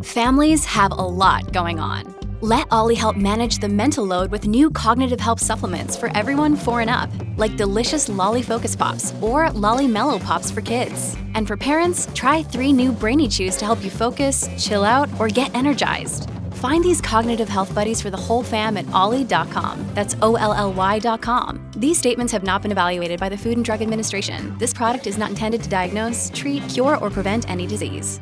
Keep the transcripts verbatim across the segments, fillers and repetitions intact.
Families have a lot going on. Let Ollie help manage the mental load with new cognitive help supplements for everyone four and up, like delicious Lolly Focus Pops or Lolly Mellow Pops for kids. And for parents, try three new Brainy Chews to help you focus, chill out, or get energized. Find these cognitive health buddies for the whole fam at ollie dot com. That's O L L Y dot com. These statements have not been evaluated by the Food and Drug Administration. This product is not intended to diagnose, treat, cure, or prevent any disease.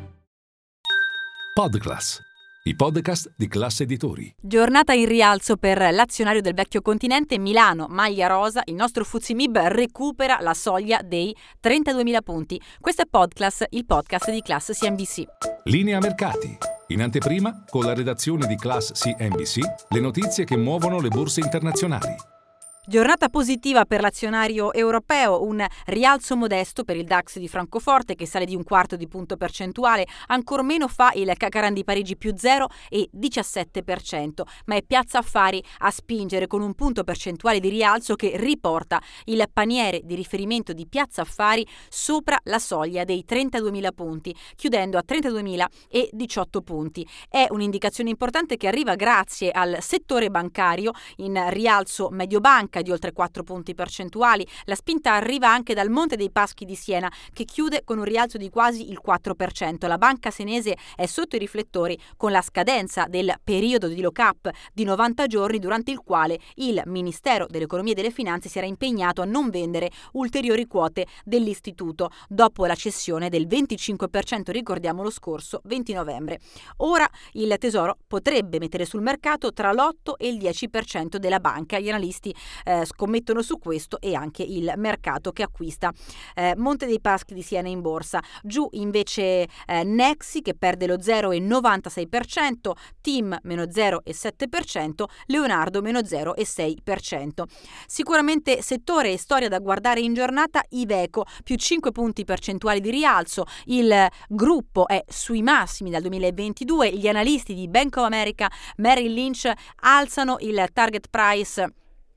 Podclass, i podcast di Class Editori. Giornata in rialzo per l'azionario del vecchio continente. Milano, maglia rosa, il nostro F T S E M I B recupera la soglia dei trentaduemila punti. Questo è Podclass, il podcast di Class C N B C. Linea mercati. In anteprima, con la redazione di Class C N B C, le notizie che muovono le borse internazionali. Giornata positiva per l'azionario europeo, un rialzo modesto per il DAX di Francoforte che sale di un quarto di punto percentuale, ancor meno fa il C A C di Parigi più zero e diciassette per cento, ma è Piazza Affari a spingere con un punto percentuale di rialzo che riporta il paniere di riferimento di Piazza Affari sopra la soglia dei trentaduemila punti, chiudendo a trentaduemila diciotto punti. È un'indicazione importante che arriva grazie al settore bancario in rialzo Mediobanca di oltre quattro punti percentuali. La spinta arriva anche dal Monte dei Paschi di Siena che chiude con un rialzo di quasi il quattro per cento. La banca senese è sotto i riflettori con la scadenza del periodo di lock-up di novanta giorni durante il quale il Ministero dell'Economia e delle Finanze si era impegnato a non vendere ulteriori quote dell'istituto dopo la cessione del venticinque per cento, ricordiamo lo scorso venti novembre. Ora il Tesoro potrebbe mettere sul mercato tra l'otto e il dieci per cento della banca. Gli analisti Eh, scommettono su questo e anche il mercato che acquista eh, Monte dei Paschi di Siena in borsa. Giù invece eh, Nexi che perde lo zero virgola novantasei per cento, Tim meno zero virgola sette per cento, Leonardo meno zero virgola sei per cento. Sicuramente settore e storia da guardare in giornata Iveco, più cinque punti percentuali di rialzo. Il gruppo è sui massimi dal duemilaventidue. Gli analisti di Bank of America, Merrill Lynch alzano il target price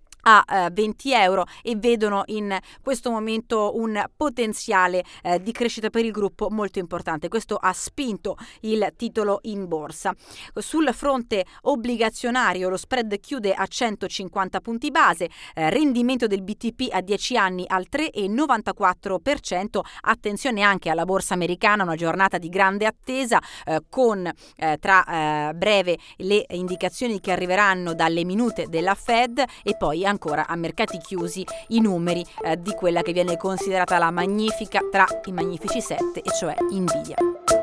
a eh, venti euro e vedono in questo momento un potenziale eh, di crescita per il gruppo molto importante. Questo ha spinto il titolo in borsa. Sul fronte obbligazionario lo spread chiude a centocinquanta punti base, eh, rendimento del B T P a dieci anni al tre virgola novantaquattro per cento. Attenzione anche alla borsa americana, una giornata di grande attesa eh, con eh, tra eh, breve le indicazioni che arriveranno dalle minute della Fed e poi ancora a mercati chiusi i numeri eh, di quella che viene considerata la magnifica tra i magnifici sette, e cioè Nvidia.